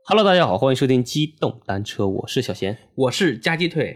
Hello， 大家好，欢迎收听机动单车，我是小贤， 我是夹鸡腿。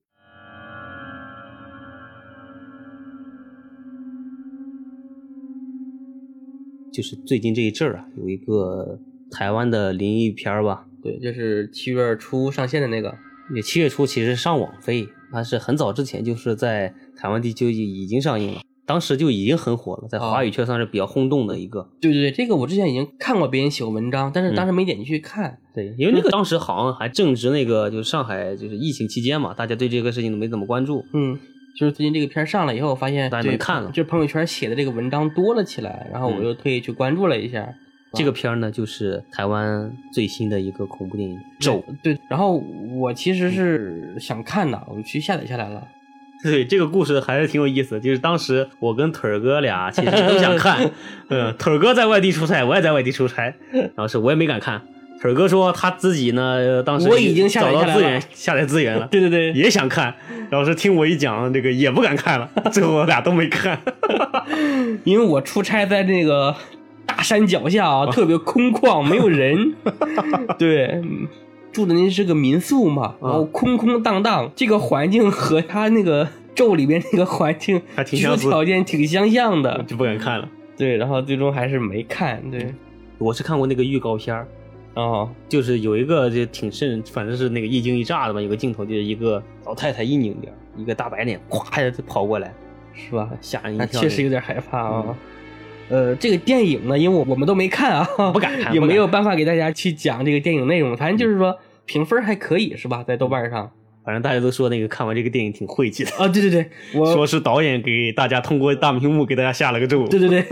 就是最近这一阵儿啊，有一个台湾的灵异片吧， 对，就是7月初上线的那个。 也7月初其实上网飞，它是很早之前就是在台湾地区已经上映了，当时就已经很火了，在华语圈算是比较轰动的一个。 对对对，这个我之前已经看过别人写过文章，但是当时没点进去看。 对，因为那个当时好像还正值那个就是上海就是疫情期间嘛，大家对这个事情都没怎么关注。 就是最近这个片上了以后，发现大家能看了， 就是朋友圈写的这个文章多了起来，然后我又特意去关注了一下。 这个片呢，就是台湾最新的一个恐怖电影《咒》。 对，然后我其实是想看的，我去下载下来了。 对，这个故事还是挺有意思，就是当时我跟腿儿哥俩其实都想看，腿儿哥在外地出差，我也在外地出差，然后是我也没敢看。腿儿哥说他自己呢，当时我已经找到下载资源了， 对对对， 也想看，然后是听我一讲，这个也不敢看了，最后我俩都没看， 因为我出差在那个大山脚下啊，特别空旷，没有人，对。住的那是个民宿嘛，然后空空荡荡，这个环境和他那个咒里边那个环境居住条件挺相像的， 就不敢看了。 对，然后最终还是没看。对， 我是看过那个预告片就是有一个就挺反正是那个一惊一乍的吧，有个镜头就是一个老太太一拧脸，一个大白脸咵就跑过来， 是吧？ 吓人一跳， 确实有点害怕啊。这个电影呢，因为我们都没看啊， 不敢看， 也没有办法给大家去讲这个电影内容。反正就是说评分还可以，是吧？在豆瓣上， 反正大家都说那个看完这个电影挺晦气的啊。对对对，我说是导演给大家通过大屏幕给大家下了个咒。 对对对，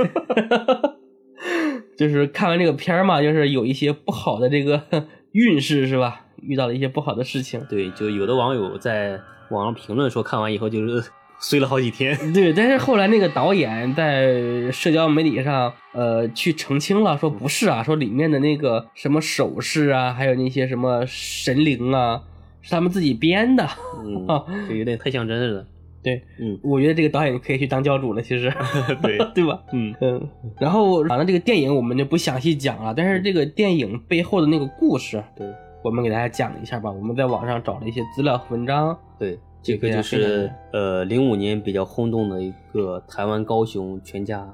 就是看完这个片嘛，就是有一些不好的这个运势，是吧？遇到了一些不好的事情。 对，就有的网友在网上评论说，看完以后就是衰了好几天。 对，但是后来那个导演在社交媒体上去澄清了，说不是啊，说里面的那个什么手势啊，还有那些什么神灵啊，是他们自己编的。 就有点太像真似的。 对，我觉得这个导演可以去当教主了，其实。 对对吧？然后反正这个电影我们就不详细讲了，但是这个电影背后的那个故事，对，我们给大家讲一下吧。我们在网上找了一些资料和文章。 对，这个就是05年比较轰动的一个台湾高雄全家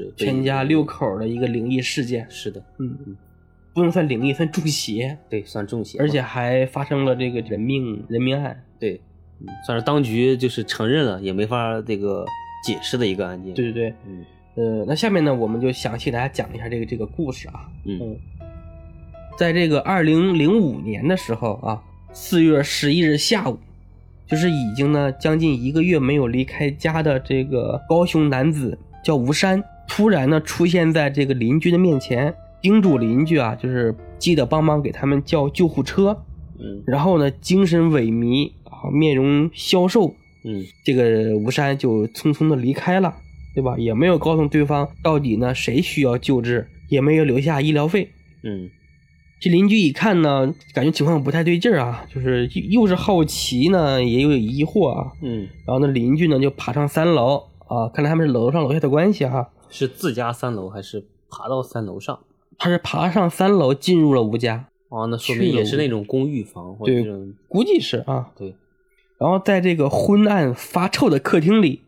6口的一个灵异事件。 是的， 不能算灵异，算中邪。 对，算中邪， 而且还发生了这个人命案。 对，算是当局就是承认了，也没法这个解释的一个案件。 对对对，那下面呢，我们就详细给大家讲一下这个故事啊。在这个2005年的时候啊，4月11日下午，就是已经呢将近1个月没有离开家的这个高雄男子叫吴山，突然呢出现在这个邻居的面前，叮嘱邻居啊，就是记得帮忙给他们叫救护车。然后呢精神萎靡啊，面容消瘦。这个吴山就匆匆的离开了，对吧？也没有告诉对方到底呢谁需要救治，也没有留下医疗费。这邻居一看呢，感觉情况不太对劲儿啊，就是又是好奇呢，也有疑惑啊。然后呢，邻居呢就爬上3楼啊，看来他们是楼上楼下的关系哈。 是自家3楼还是爬到3楼上？ 他是爬上3楼进入了吴家。 那说明也是那种公寓房或者对，估计是啊。 对。 然后在这个昏暗发臭的客厅里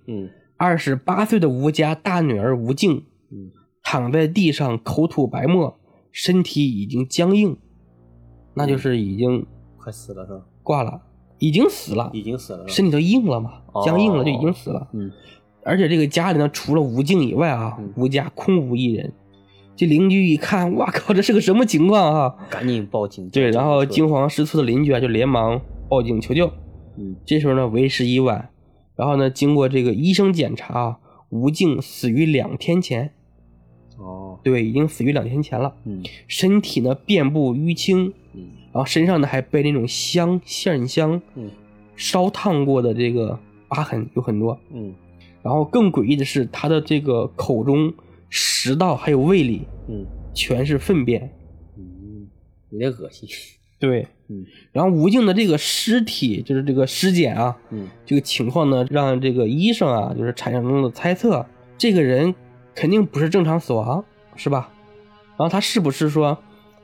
，28岁的吴家大女儿吴静，躺在地上口吐白沫，身体已经僵硬，那就是已经快死了是吧？ 挂了，已经死了，身体都硬了嘛，僵硬了就已经死了。而且这个家里呢，除了吴静以外啊，吴家空无一人。这邻居一看，哇靠，这是个什么情况啊？ 赶紧报警。 对，然后惊慌失措的邻居啊，就连忙报警求救。这时候呢，为时已晚。然后呢，经过这个医生检查，吴静死于2天前。对，已经死于2天前了。身体呢遍布淤青，然后身上呢还被那种线香烧烫过的这个疤痕有很多。然后更诡异的是，他的这个口中、食道还有胃里，全是粪便。 有点恶心。 对，然后吴静的这个尸体，就是这个尸检啊，这个情况呢，让这个医生啊，就是产生了猜测，这个人肯定不是正常死亡，是吧？然后他是不是说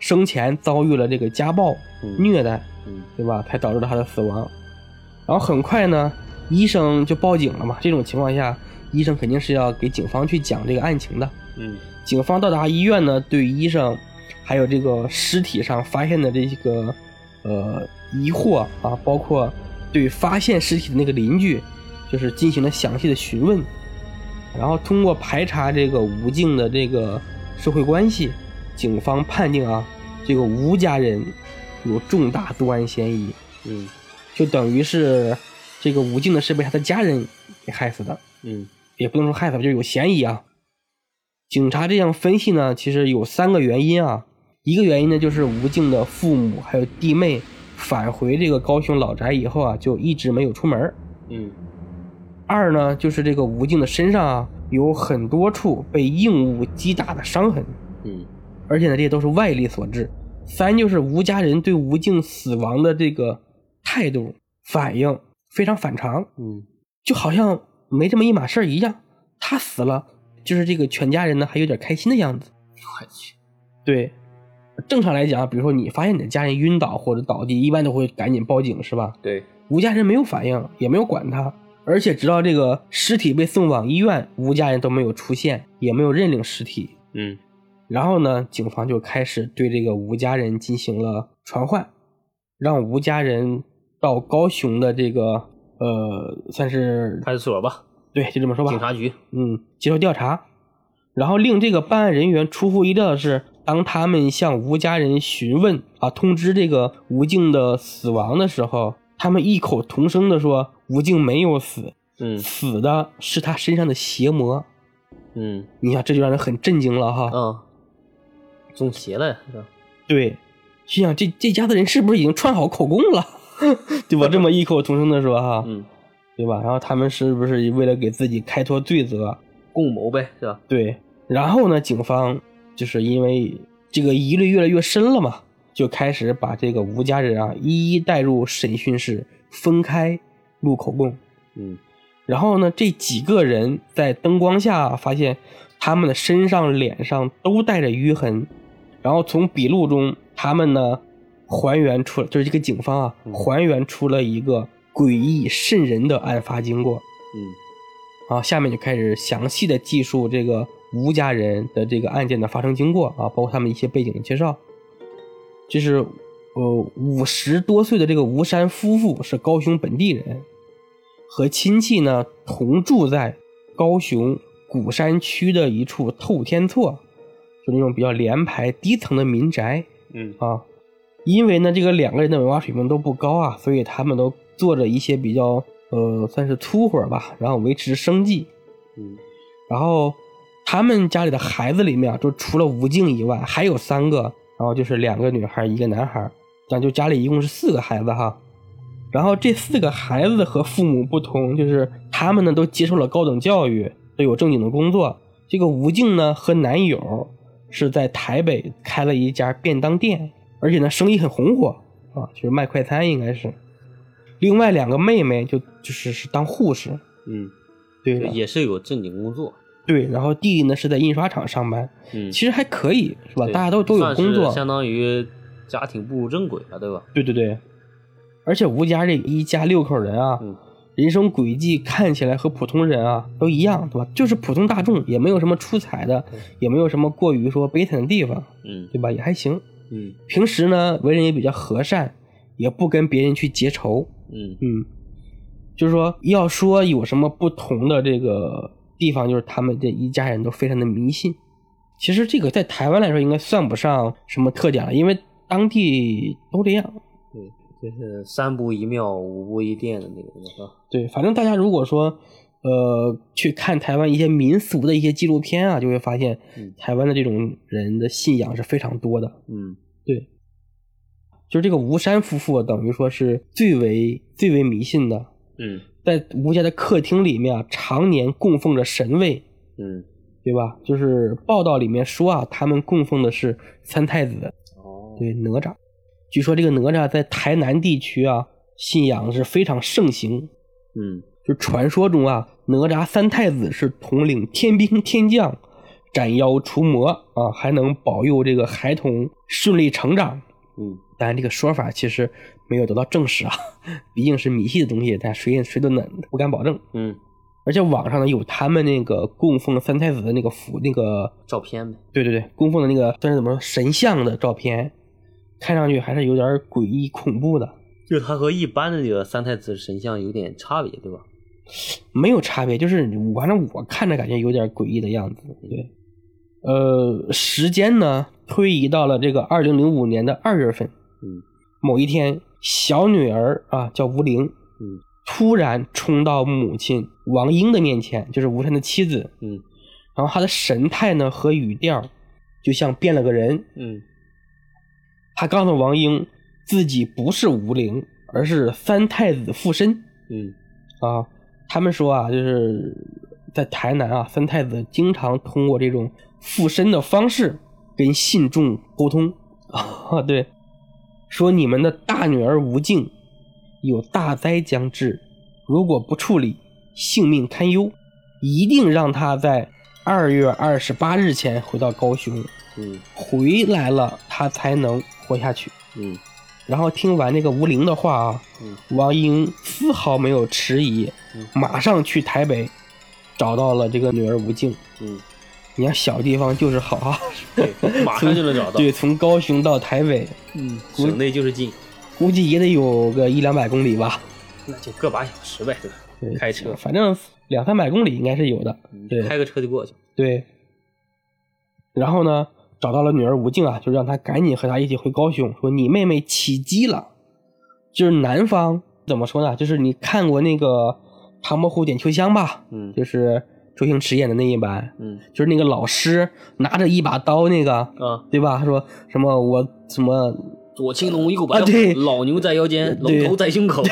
生前遭遇了这个家暴、虐待，对吧？才导致了他的死亡。然后很快呢，医生就报警了嘛。这种情况下，医生肯定是要给警方去讲这个案情的。警方到达医院呢，对医生还有这个尸体上发现的这个疑惑啊，包括对发现尸体的那个邻居，就是进行了详细的询问。然后通过排查这个吴静的这个社会关系，警方判定啊，这个吴家人有重大作案嫌疑。就等于是这个吴静呢是被他的家人给害死的。也不能说害死，就是有嫌疑啊。警察这样分析呢，其实有3个原因啊。一个原因呢，就是吴静的父母还有弟妹返回这个高雄老宅以后啊，就一直没有出门。二呢，就是这个吴静的身上啊，有很多处被硬物击打的伤痕。而且呢，这些都是外力所致。3就是吴家人对吴静死亡的这个态度反应非常反常。就好像没这么一码事一样，他死了，就是这个全家人呢还有点开心的样子。 我去， 对，正常来讲，比如说你发现你的家人晕倒或者倒地，一般都会赶紧报警，是吧？ 对， 吴家人没有反应，也没有管他，而且直到这个尸体被送往医院，吴家人都没有出现，也没有认领尸体。然后呢，警方就开始对这个吴家人进行了传唤，让吴家人到高雄的这个算是派出所吧， 对，就这么说吧， 警察局， 接受调查。然后令这个办案人员出乎意料的是，当他们向吴家人询问啊，通知这个吴静的死亡的时候，他们异口同声的说吴静没有死，死的是他身上的邪魔。你看这就让人很震惊了哈。 中邪了是吧？ 对，心想这家的人是不是已经串好口供了？对吧？这么异口同声的说哈，对吧？然后他们是不是为了给自己开脱罪责， 共谋呗，是吧？ 对。然后呢，警方就是因为这个疑虑越来越深了嘛，就开始把这个吴家人啊一一带入审讯室，分开录口供。然后呢，这几个人在灯光下发现他们的身上、脸上都带着淤痕，然后从笔录中，他们呢还原出了，就是这个警方啊，还原出了一个诡异瘆人的案发经过。下面就开始详细的记述这个吴家人的这个案件的发生经过啊，包括他们一些背景的介绍。就是50多岁的这个吴山夫妇是高雄本地人，和亲戚呢同住在高雄鼓山区的一处透天厝，就那种比较联排低层的民宅。因为呢这个2个人的文化水平都不高啊，所以他们都做着一些比较算是粗活吧，然后维持生计。然后他们家里的孩子里面就除了吴静以外还有3个，然后就是2个女孩1个男孩，这样就家里一共是4个孩子哈。然后这4个孩子和父母不同，就是他们呢都接受了高等教育，都有正经的工作。这个吴静呢和男友是在台北开了一家便当店，而且呢生意很红火啊，就是卖快餐应该是。另外2个妹妹就是当护士。对， 也是有正经工作。 对，然后弟弟呢是在印刷厂上班。其实还可以是吧？大家都有工作， 相当于家庭步入正轨了，对吧？ 对对对。而且吴家这一家6口人啊，人生轨迹看起来和普通人啊都一样，对吧？就是普通大众，也没有什么出彩的，也没有什么过于说悲惨的地方，对吧？也还行。平时呢为人也比较和善，也不跟别人去结仇。就是说要说有什么不同的这个地方，就是他们这一家人都非常的迷信。其实这个在台湾来说应该算不上什么特点了，因为当地都这样。 就是3步一庙5步一殿的那个是吧？ 对，反正大家如果说去看台湾一些民俗的一些纪录片啊，就会发现台湾的这种人的信仰是非常多的。对，就是这个吴山夫妇等于说是最为迷信的。在吴家的客厅里面啊，常年供奉着神位。对吧？就是报道里面说啊，他们供奉的是3太子。对，哪吒。据说这个哪吒在台南地区啊，信仰是非常盛行。就传说中啊，哪吒3太子是统领天兵天将， 斩妖除魔啊，还能保佑这个孩童顺利成长。当然这个说法其实没有得到证实啊，毕竟是迷信的东西，但谁都不敢保证。而且网上呢有他们那个供奉三太子的那个照片呗。 对，供奉的那个算是怎么说神像的照片，看上去还是有点诡异恐怖的。 就它和一般的这个三太子神像有点差别，对吧？ 没有差别，就是反正我看着感觉有点诡异的样子。对，时间呢推移到了这个2005年的2月份。某一天，小女儿啊叫吴玲，突然冲到母亲王英的面前，就是吴山的妻子。然后她的神态呢和语调就像变了个人。她告诉王英自己不是吴玲，而是三太子附身。他们说啊，就是在台南啊，三太子经常通过这种附身的方式跟信众沟通。对，说你们的大女儿吴静有大灾将至，如果不处理，性命堪忧，一定让她在2月28日前回到高雄。回来了她才能活下去。然后听完这个吴玲的话啊，王英丝毫没有迟疑，马上去台北找到了这个女儿吴静。你看小地方就是好啊， 对，马上就能找到。 对，从高雄到台北， 省内就是近， 估计也得有个100-200公里吧。 那就个把小时呗，对吧？对，开车， 反正200-300公里应该是有的。对， 开个车就过去。 对。然后呢，找到了女儿吴静啊，就让她赶紧和她一起回高雄，说你妹妹起乩了。就是男方怎么说呢？就是你看过那个《唐伯虎点秋香》吧？就是周星驰演的那一版。就是那个老师拿着一把刀那个，对吧？他说什么我什么左青龙右白虎，老牛在腰间，龙头在胸口。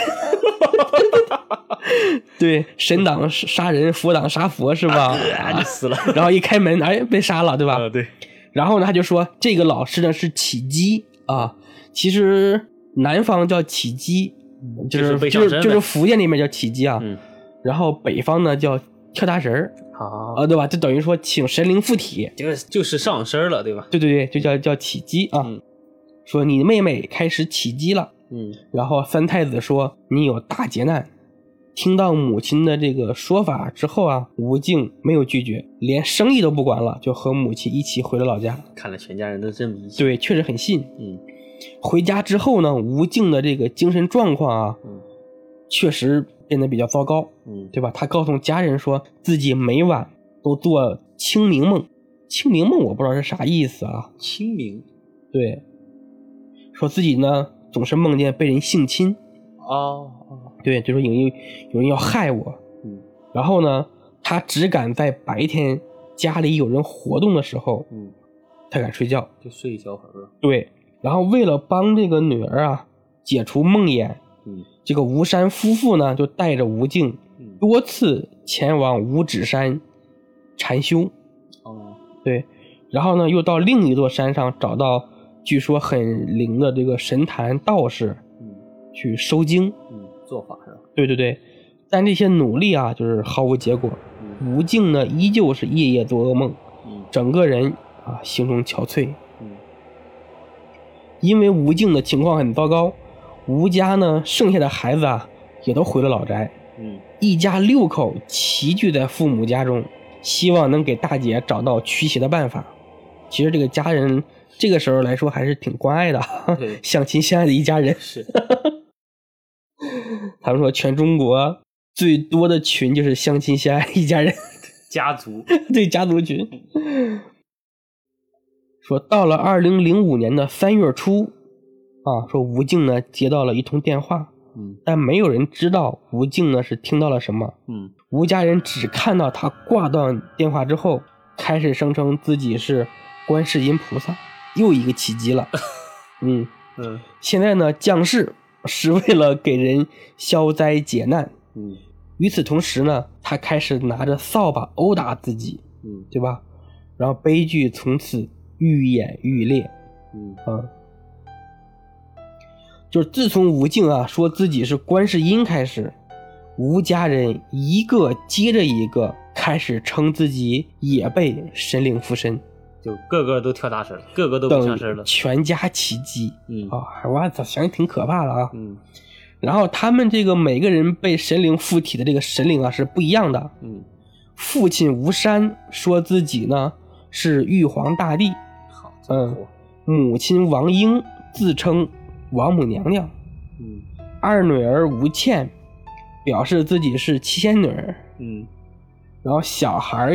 对，神挡杀人，佛挡杀佛，是吧？ 就死了。 然后一开门，被杀了，对吧？ 对。 然后呢，他就说这个老师呢是起乩啊，其实南方叫起乩，就是福建那边叫起乩啊。然后北方呢叫跳大神对吧？就等于说请神灵附体， 就是上身了，对吧？ 对，就叫起乩啊。说你妹妹开始起乩了。然后三太子说你有大劫难。听到母亲的这个说法之后啊，吴静没有拒绝，连生意都不管了，就和母亲一起回了老家。 看来全家人都真迷信。 对，确实很信。回家之后呢，吴静的这个精神状况啊，确实变得比较糟糕。对吧？他告诉家人说自己每晚都做清明梦。清明梦我不知道是啥意思啊。 清明？对， 说自己呢总是梦见被人性侵。对，就说有人要害我。然后呢，他只敢在白天家里有人活动的时候，他敢睡觉， 就睡一小会儿。 对，然后为了帮这个女儿啊解除梦魇，这个吴山夫妇呢就带着吴静多次前往五指山禅修。对，然后呢又到另一座山上找到据说很灵的这个神坛道士，去收经。 做法是吧？ 对，但这些努力啊就是毫无结果。吴静呢依旧是夜夜做噩梦，整个人啊形容憔悴。因为吴静的情况很糟糕，吴家呢剩下的孩子啊也都回了老宅。一家6口齐聚在父母家中，希望能给大姐找到驱邪的办法。其实这个家人这个时候来说还是挺关爱的，相亲相爱的一家人。 是。 他们说全中国最多的群就是相亲相爱一家人， 家族。 对，家族群。说到了2005年的3月初啊，说吴静呢接到了一通电话，但没有人知道吴静呢是听到了什么。吴家人只看到他挂断电话之后开始声称自己是观世音菩萨，又一个奇迹了。现在呢降世是为了给人消灾解难。与此同时呢，他开始拿着扫把殴打自己，对吧？然后悲剧从此愈演愈烈。就是自从吴静啊说自己是观世音开始，吴家人一个接着一个开始称自己也被神灵附身， 就个个都跳大神，个个都不像神了， 全家起鸡。我操，想挺可怕的啊。然后他们这个每个人被神灵附体的这个神灵啊是不一样的。父亲吴山说自己呢是玉皇大帝，母亲王英自称王母娘娘，二女儿吴倩表示自己是七仙女，然后小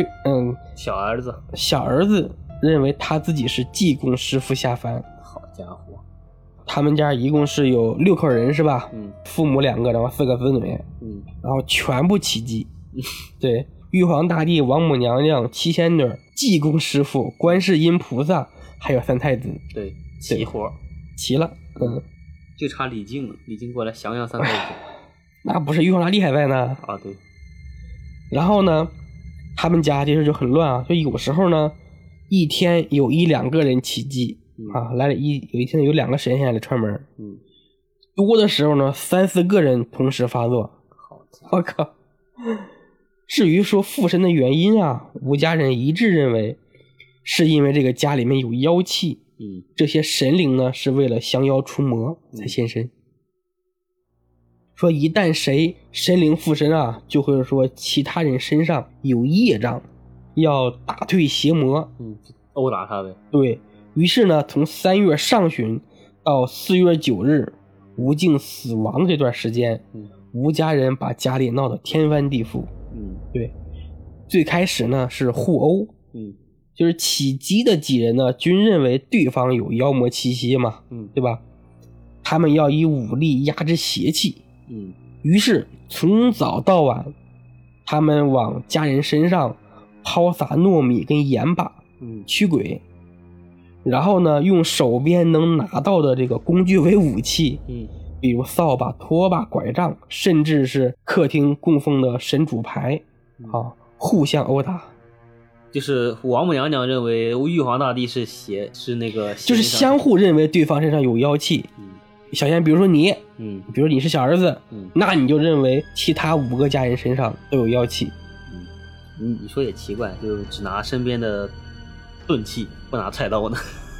儿子认为他自己是济公师傅下凡。 好家伙， 他们家一共是有6口人是吧？父母2个，然后4个子女，然后全部起鸡。对，玉皇大帝、王母娘娘、七仙女、济公师傅、观世音菩萨，还有3太子。 对，齐活齐了。 就差李靖了，李靖过来降3太子。 那不是玉皇大帝还在呢？ 啊，对。 然后呢，他们家这事就很乱啊，就有时候呢，一天有1-2个人起鸡啊，有一天有2个神仙来串门，多的时候呢，3-4个人同时发作。我靠！至于说附身的原因啊，吴家人一致认为是因为这个家里面有妖气，这些神灵呢是为了降妖除魔才现身。说一旦神灵附身啊，就会说其他人身上有业障，要打退邪魔， 殴打他呗。 对，于是呢，从3月上旬到4月9日吴敬死亡的这段时间，吴家人把家里闹得天翻地覆。对，最开始呢是互殴，就是起鸡的几人呢均认为对方有妖魔气息嘛，对吧？他们要以武力压制邪气。于是从早到晚，他们往家人身上抛洒糯米跟盐巴，驱鬼，然后呢用手边能拿到的这个工具为武器，比如扫把、拖把、拐杖，甚至是客厅供奉的神主牌，互相殴打。 就是王母娘娘认为玉皇大帝是那个就是相互认为对方身上有妖气。小贤，比如说你，比如你是小儿子，那你就认为其他5个家人身上都有妖气。 你说也奇怪，就只拿身边的钝器，不拿菜刀呢。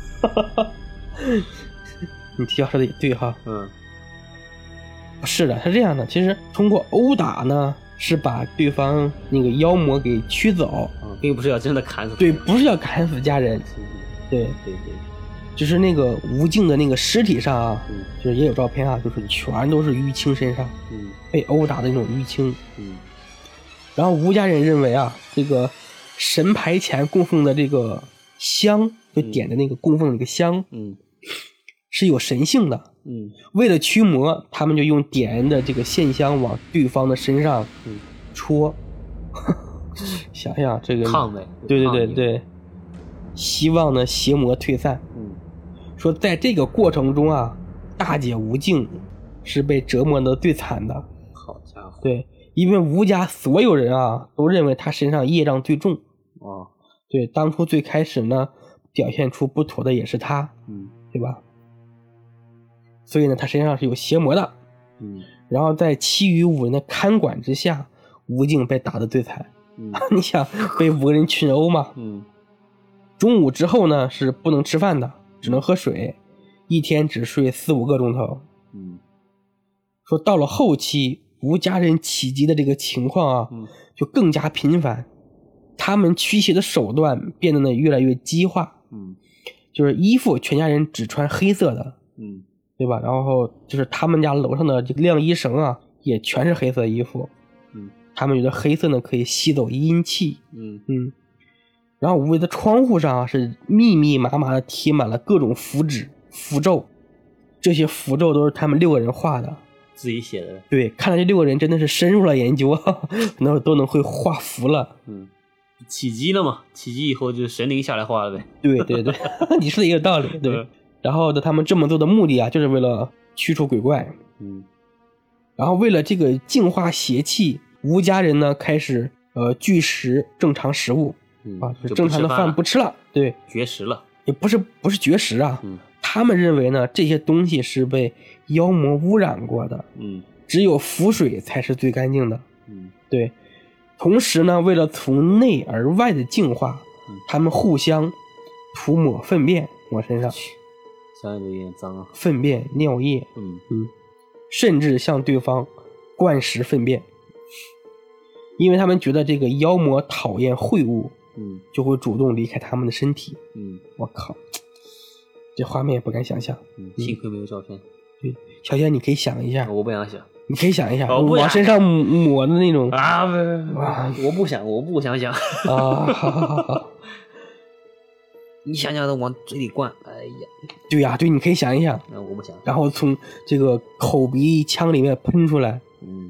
你提到说的也对哈。是的，是这样的。其实通过殴打呢，是把对方那个妖魔给驱走， 并不是要真的砍死。 对，不是要砍死家人。对。就是那个吴敬的那个尸体上啊，就是也有照片啊，就是全都是淤青身上，被殴打的那种淤青。然后吴家人认为啊，这个神牌前供奉的这个香，就点的那个供奉的那个香，是有神性的。为了驱魔，他们就用点燃的这个线香往对方的身上戳。想想这个抗呗。 对，希望呢邪魔退散。说在这个过程中啊，大姐吴敬是被折磨的最惨的。 好家伙！ 对，因为吴家所有人啊都认为他身上业障最重。对，当初最开始呢表现出不妥的也是他，对吧？所以呢他身上是有邪魔的。然后在其余5人的看管之下，吴敬被打得最惨。你想被5个人群殴嘛？中午之后呢是不能吃饭的，只能喝水，一天只睡4-5个钟头。说到了后期，吴家人起鸡的这个情况啊，就更加频繁，他们驱邪的手段变得呢越来越激化。就是衣服全家人只穿黑色的，对吧？然后就是他们家楼上的这个晾衣绳啊，也全是黑色衣服。他们觉得黑色呢可以吸走阴气。然后屋里的窗户上啊是密密麻麻的贴满了各种符纸符咒，这些符咒都是他们6个人画的， 自己写的。对， 看来这6个人真的是深入了研究，都能会画符了。 起鸡了嘛，起鸡以后就神灵下来画了呗。 对，你说的也有道理。对，然后他们这么做的目的啊，就是为了驱除鬼怪。然后为了这个净化邪气，吴家人呢开始拒食正常食物。就是正常的饭不吃了。对， 绝食了。 也不是绝食啊。他们认为呢这些东西是被妖魔污染过的。只有符水才是最干净的。对， 同时呢，为了从内而外的净化，他们互相涂抹粪便往身上， 想想就有点脏啊。 粪便、尿液，甚至向对方灌食粪便，因为他们觉得这个妖魔讨厌秽物，就会主动离开他们的身体。我靠，这画面不敢想象。 幸亏没有照片。 对，小仙你可以想一下。 我不想想。 你可以想一下，往身上抹的那种啊！我不想想啊！好， 你想想的往嘴里灌，哎呀！ 对呀，对，你可以想一想。 我不想。 然后从这个口鼻腔里面喷出来。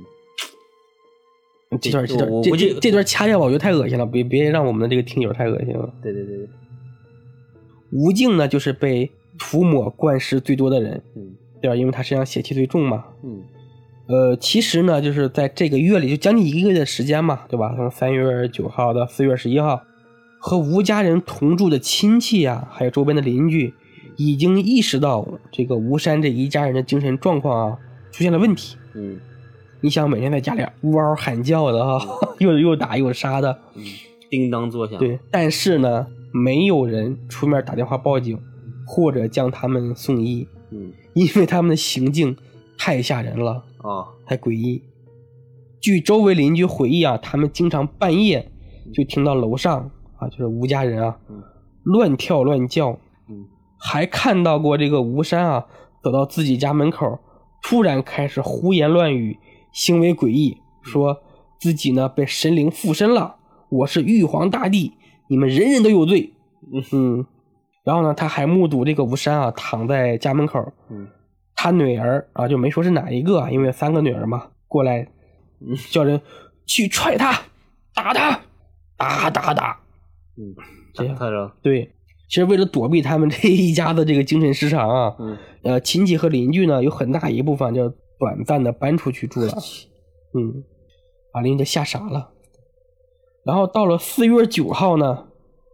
这段掐掉吧，我觉得太恶心了，别让我们的这个听友太恶心了。 对。 吴敬呢，就是被涂抹灌食最多的人，对吧？因为他身上血气最重嘛。其实呢，就是在这个月里，就将近1个月的时间嘛，对吧？从3月9号到4月11号，和吴家人同住的亲戚啊，还有周边的邻居，已经意识到这个吴山这一家人的精神状况啊出现了问题。你想每天在家里呜嗷喊叫的啊，又打又杀的， 叮当作响。对， 但是呢，没有人出面打电话报警，或者将他们送医。因为他们的行径太吓人了太诡异。据周围邻居回忆啊，他们经常半夜就听到楼上啊，就是吴家人啊，乱跳乱叫。还看到过这个吴山啊，走到自己家门口，突然开始胡言乱语，行为诡异，说自己呢被神灵附身了，我是玉皇大帝，你们人人都有罪。然后呢，他还目睹这个吴山啊躺在家门口，他女儿啊就没说是哪一个，因为3个女儿嘛，过来叫人去踹他，打他，打。 这样对。其实为了躲避他们这一家的这个精神失常啊，亲戚和邻居呢有很大一部分就短暂的搬出去住了，把邻居吓傻了。然后到了4月9号呢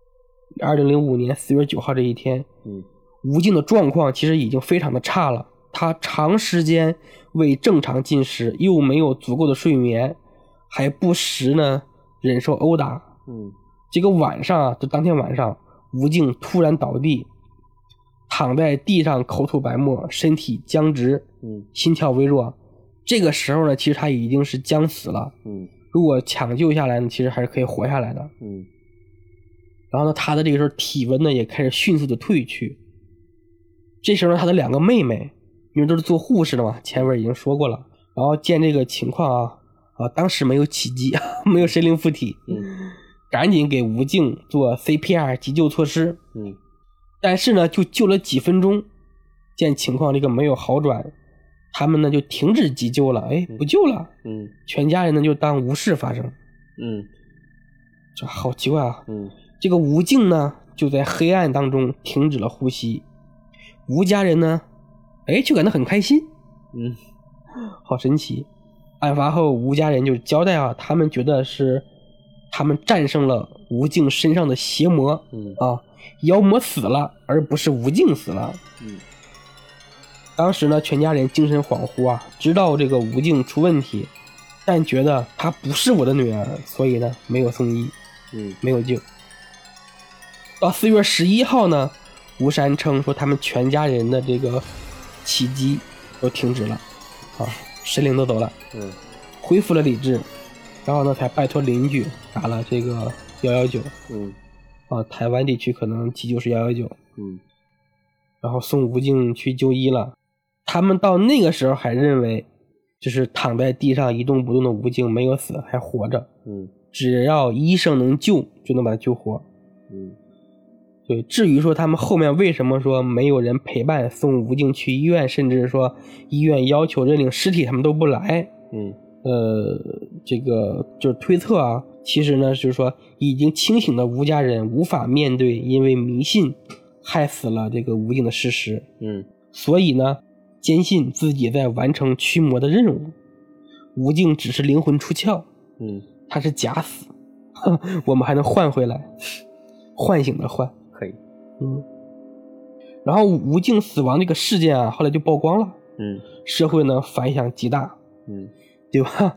，2005年4月9号这一天，吴敬的状况其实已经非常的差了，他长时间未正常进食，又没有足够的睡眠，还不时呢忍受殴打。这个晚上啊，就当天晚上，吴敬突然倒地，躺在地上口吐白沫，身体僵直，心跳微弱。这个时候呢，其实他已经是将死了。如果抢救下来呢，其实还是可以活下来的。然后呢，他的这个时候体温呢也开始迅速的退去。这时候呢，他的2个妹妹，因为都是做护士的嘛，前面已经说过了。然后见这个情况当时没有起机，没有神灵附体，赶紧给吴敬做 CPR 急救措施。但是呢，就救了几分钟，见情况这个没有好转，他们呢就停止急救了，不救了。全家人呢就当无事发生。这好奇怪啊。这个吴敬呢就在黑暗当中停止了呼吸，吴家人呢就感到很开心。好神奇。案发后吴家人就交代他们觉得是他们战胜了吴敬身上的邪魔。妖魔死了，而不是吴敬死了。当时呢，全家人精神恍惚知道这个吴敬出问题，但觉得她不是我的女儿，所以呢没有送医，没有救。到4月11号呢，吴山称说他们全家人的这个起击都停止了，神灵都走了，恢复了理智，然后呢才拜托邻居打了这个119。台湾地区可能急救是119。然后送吴敬去就医了。他们到那个时候还认为，就是躺在地上一动不动的吴敬没有死，还活着。只要医生能救，就能把他救活。对，至于说他们后面为什么说没有人陪伴送吴敬去医院，甚至说医院要求认领尸体他们都不来，这个就是推测其实呢就是说已经清醒的吴家人无法面对因为迷信害死了这个吴敬的事实。所以呢坚信自己在完成驱魔的任务，吴敬只是灵魂出窍，他是假死，我们还能换回来，唤醒的唤。 可以。 然后吴敬死亡这个事件后来就曝光了，社会呢反响极大，对吧？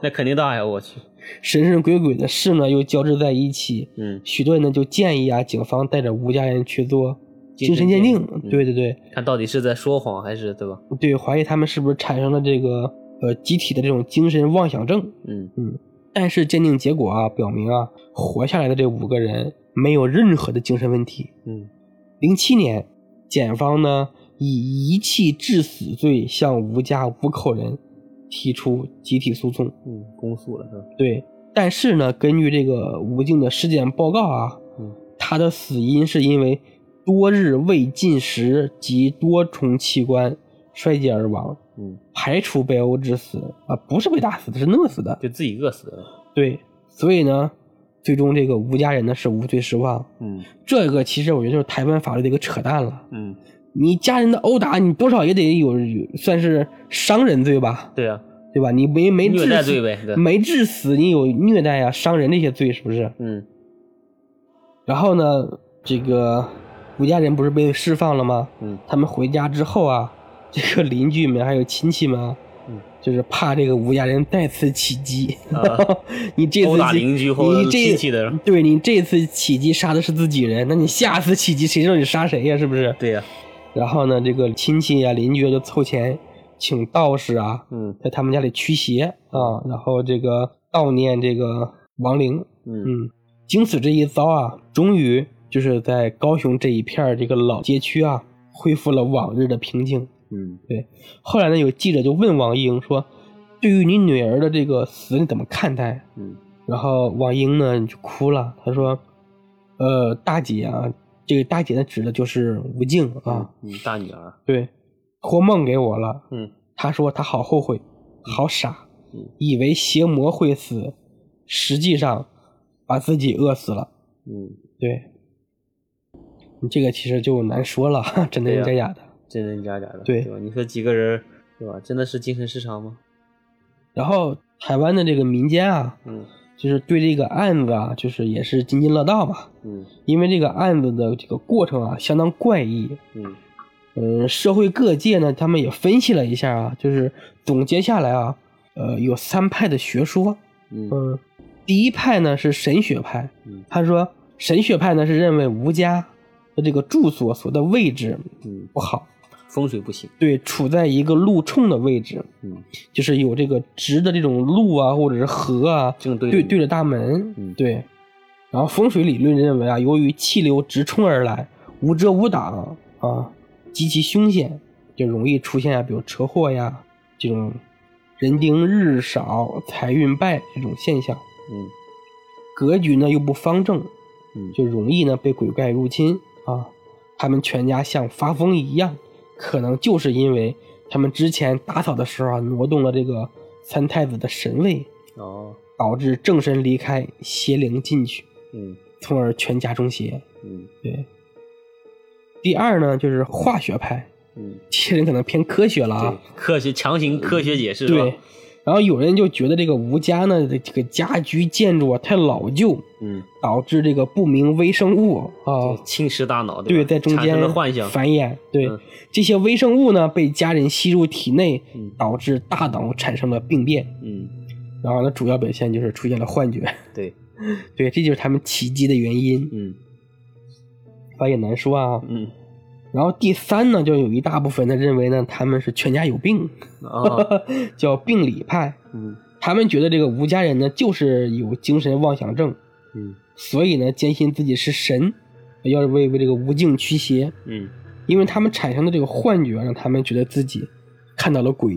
那肯定大呀，我去。 神神鬼鬼的事呢又交织在一起。许多人呢就建议啊，警方带着吴家人去做精神鉴定。对对对， 看到底是在说谎还是对吧？ 对，怀疑他们是不是产生了这个集体的这种精神妄想症。但是鉴定结果啊表明啊，活下来的这5个人没有任何的精神问题。07年，检方呢以遗弃致死罪向吴家5口人提出集体诉讼。 公诉了是吧？ 对，但是呢，根据这个吴静的尸检报告啊，他的死因是因为多日未进食及多重器官衰竭而亡。排除被殴致死啊，不是被打死的，是饿死的， 就自己饿死的。 对，所以呢，最终这个吴家人呢是无罪释放。这个其实我觉得就是台湾法律的一个扯淡了。你家人的殴打，你多少也得有算是伤人罪吧？ 对啊， 对吧？你没虐待罪呗， 没致死，你有虐待啊、伤人这些罪，是不是？然后呢，这个吴家人不是被释放了吗？他们回家之后啊，这个邻居们还有亲戚们啊，就是怕这个吴家人再次起击。你这次殴打邻居或者亲戚的， 对，你这次起击杀的是自己人，那你下次起击谁知道你杀谁呀？是不是？ 对呀。 然后呢，这个亲戚啊、邻居就凑钱请道士啊，在他们家里驱邪啊，然后这个悼念这个亡灵。经此这一遭啊，终于就是在高雄这一片这个老街区啊，恢复了往日的平静。对。后来呢，有记者就问王英说：“对于你女儿的这个死，你怎么看待？”然后王英呢就哭了，他说：“大姐啊。”这个大姐呢指的就是吴静啊， 大女儿。 对，托梦给我了。她说她好后悔，好傻，以为邪魔会死，实际上把自己饿死了。对，你这个其实就难说了，真真假假的， 真真假假的， 对吧？你说几个人，对吧？真的是精神失常吗？ 然后台湾的这个民间啊，就是对这个案子啊，就是也是津津乐道吧。因为这个案子的这个过程啊，相当怪异。社会各界呢，他们也分析了一下啊，就是总结下来啊，有3派的学说。第一派呢是神学派，他说神学派呢是认为吴家的这个住所所的位置不好， 风水不行， 对，处在一个路冲的位置，就是有这个直的这种路啊，或者是河啊，对着大门，对。然后风水理论认为啊，由于气流直冲而来，无遮无挡啊，极其凶险，就容易出现啊，比如车祸呀这种人丁日少财运败这种现象。格局呢又不方正，就容易呢被鬼怪入侵啊。他们全家像发疯一样，可能就是因为他们之前打扫的时候啊，挪动了这个三太子的神位，导致正神离开，邪灵进去，从而全家中邪。对。第二呢，就是化学派，这些人可能偏科学了啊， 科学强行科学解释， 对。然后有人就觉得这个吴家呢，这个家居建筑啊太老旧，导致这个不明微生物啊侵蚀大脑， 对，在中间幻想繁衍，对，这些微生物呢被家人吸入体内，导致大脑产生了病变，然后呢主要表现就是出现了幻觉， 对， 对，这就是他们起机的原因，反正也难说啊，然后第三呢，就有一大部分的认为呢，他们是全家有病，叫病理派。他们觉得这个吴家人呢，就是有精神妄想症，所以呢，坚信自己是神，要为这个吴静驱邪。因为他们产生的这个幻觉，让他们觉得自己看到了鬼。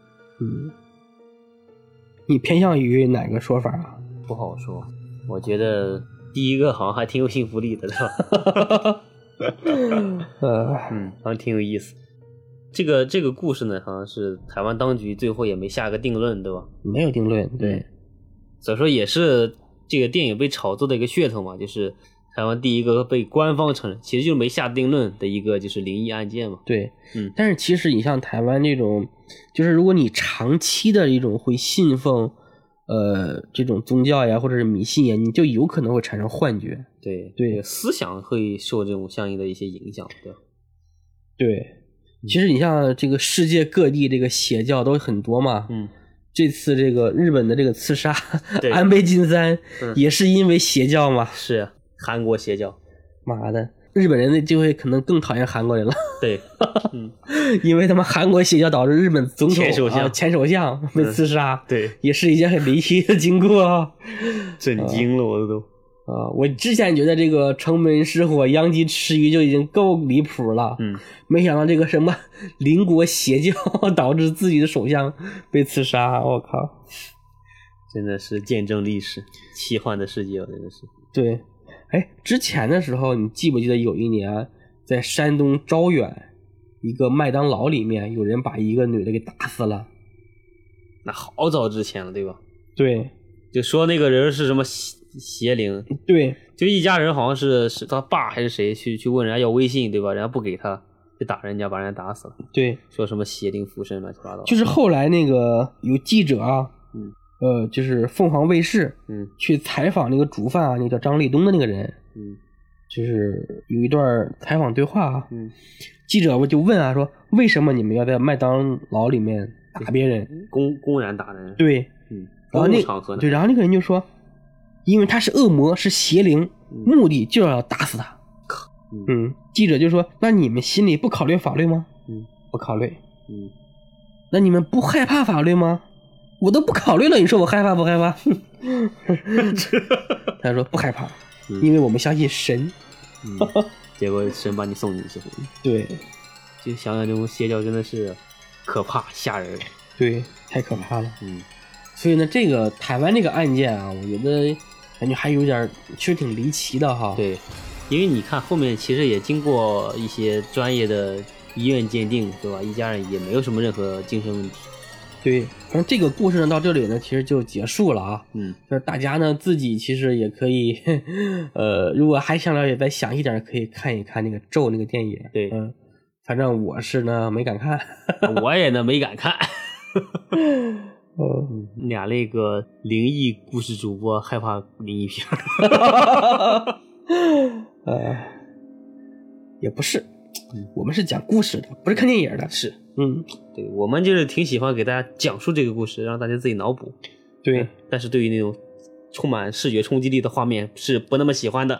你偏向于哪个说法啊？ 不好说，我觉得第一个好像还挺有信服力的，对吧？好像挺有意思。这个故事呢，好像是台湾当局最后也没下个定论，对吧？ 没有定论，对。 所以说也是这个电影被炒作的一个噱头嘛，就是台湾第一个被官方承认，其实就是没下定论的一个就是灵异案件嘛。 对，但是其实你像台湾这种，就是如果你长期的一种会信奉这种宗教呀，或者是迷信呀，你就有可能会产生幻觉。 对，思想会受这种相应的一些影响，对。 对，其实你像这个世界各地这个邪教都很多嘛， 这次这个日本的这个刺杀安倍晋三也是因为邪教嘛？ 是韩国邪教。 妈的，日本人呢就会可能更讨厌韩国人了。 对， 因为他们韩国邪教导致日本总统前首相被刺杀， 对， 也是一件很离奇的经过。 震惊了我都。 我之前觉得这个城门失火、殃及池鱼就已经够离谱了，没想到这个什么邻国邪教导致自己的首相被刺杀，我靠， 真的是见证历史，奇幻的世界，真的是。 对，之前的时候你记不记得有一年在山东招远一个麦当劳里面有人把一个女的给打死了？ 那好早之前了，对吧？ 对， 就说那个人是什么邪灵， 对， 就一家人好像是他爸还是谁去问人家要微信，对吧？人家不给他，就打人家，把人家打死了。 对， 说什么邪灵附身乱七八糟。 就是后来那个有记者啊，就是凤凰卫视，去采访那个主犯啊，那个叫张立东的那个人，就是有一段采访对话啊，记者就问啊，说为什么你们要在麦当劳里面打别人， 公然打人？ 对，然后然后那个人就说，因为他是恶魔，是邪灵，目的就要打死他。记者就说，那你们心里不考虑法律吗？不考虑。那你们不害怕法律吗？我都不考虑了，你说我害怕不害怕？他说不害怕，因为我们相信神。 结果神把你送进去。 对， 就想想这种邪教真的是可怕吓人。 对，太可怕了。所以呢，这个台湾这个案件啊，我觉得感觉还有点确实挺离奇的哈。 对，因为你看后面其实也经过一些专业的医院鉴定，对吧？一家人也没有什么任何精神问题。 对，反正这个故事呢到这里呢其实就结束了啊。就是大家呢自己其实也可以如果还想了解再详细点，可以看一看那个咒那个电影。 对， 反正我是呢没敢看。 我也呢没敢看。俩那个灵异故事主播害怕灵异片。 也不是，我们是讲故事的，不是看电影的。 是，对，我们就是挺喜欢给大家讲述这个故事，让大家自己脑补。 对， 但是对于那种充满视觉冲击力的画面是不那么喜欢的。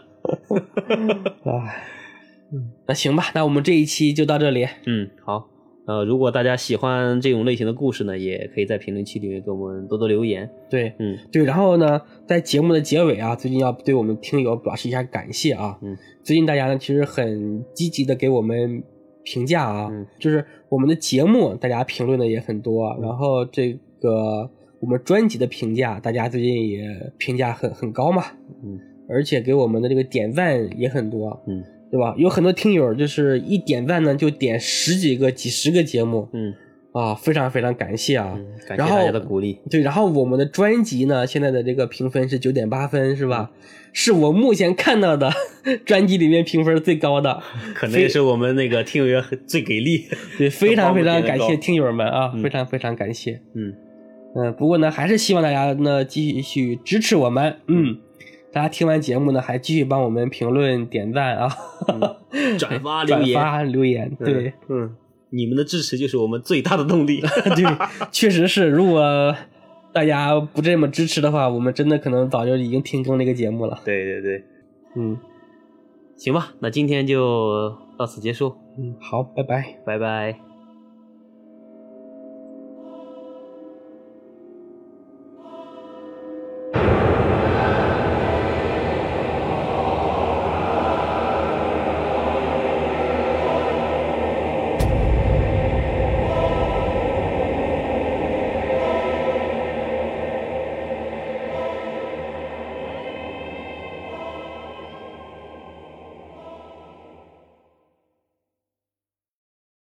那行吧，那我们这一期就到这里。 好。如果大家喜欢这种类型的故事呢，也可以在评论区里面给我们多多留言。 对，对，然后呢，在节目的结尾啊，最近要对我们听友表示一下感谢啊。最近大家呢其实很积极的给我们评价啊，就是我们的节目大家评论的也很多，然后这个我们专辑的评价大家最近也评价很高嘛。而且给我们的这个点赞也很多。对吧？有很多听友就是一点赞呢就点十几个几十个节目。非常非常感谢啊。 感谢大家的鼓励。 对，然后我们的专辑呢现在的这个评分是 9.8 分，是吧？是我目前看到的专辑里面评分最高的， 可能也是我们那个听友最给力。 对，非常非常感谢听友们啊，非常非常感谢。不过呢还是希望大家呢继续支持我们。大家听完节目呢还继续帮我们评论点赞啊， 转发留言。对， 你们的支持就是我们最大的动力。 对，确实是，如果大家不这么支持的话，我们真的可能早就已经停更这个节目了。 对，行吧，那今天就到此结束。 好，拜拜。 拜拜。